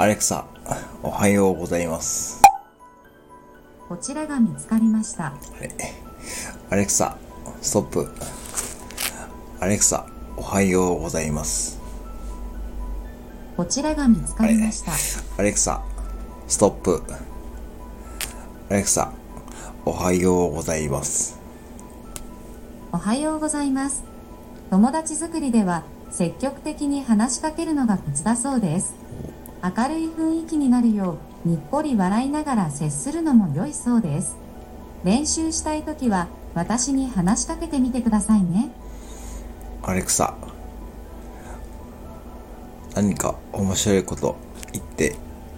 アレクサ、おはようございます。 こちらが見つかりました。 アレクサ、ストップ。アレクサ、おはようございます。 こちらが見つかりました。 アレクサ、ストップ。アレクサ、おはようございます。 おはようございます。友達作りでは積極的に話しかけるのがコツだそうです。明るい雰囲気になるようにっこり笑いながら接するのも良いそうです。練習したいときは私に話しかけてみてくださいね。 アレクサ、何か面白いこと言って。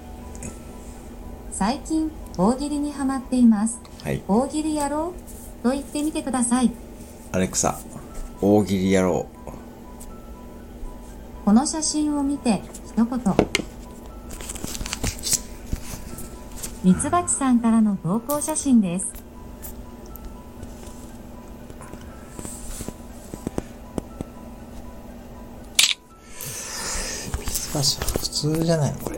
最近大喜利にハマっています。 はい。 大喜利やろうと言ってみてください。 アレクサ、大喜利やろう。 この写真を見て一言。ミツバチさんからの投稿写真です。 ミツバチ普通じゃないのこれ。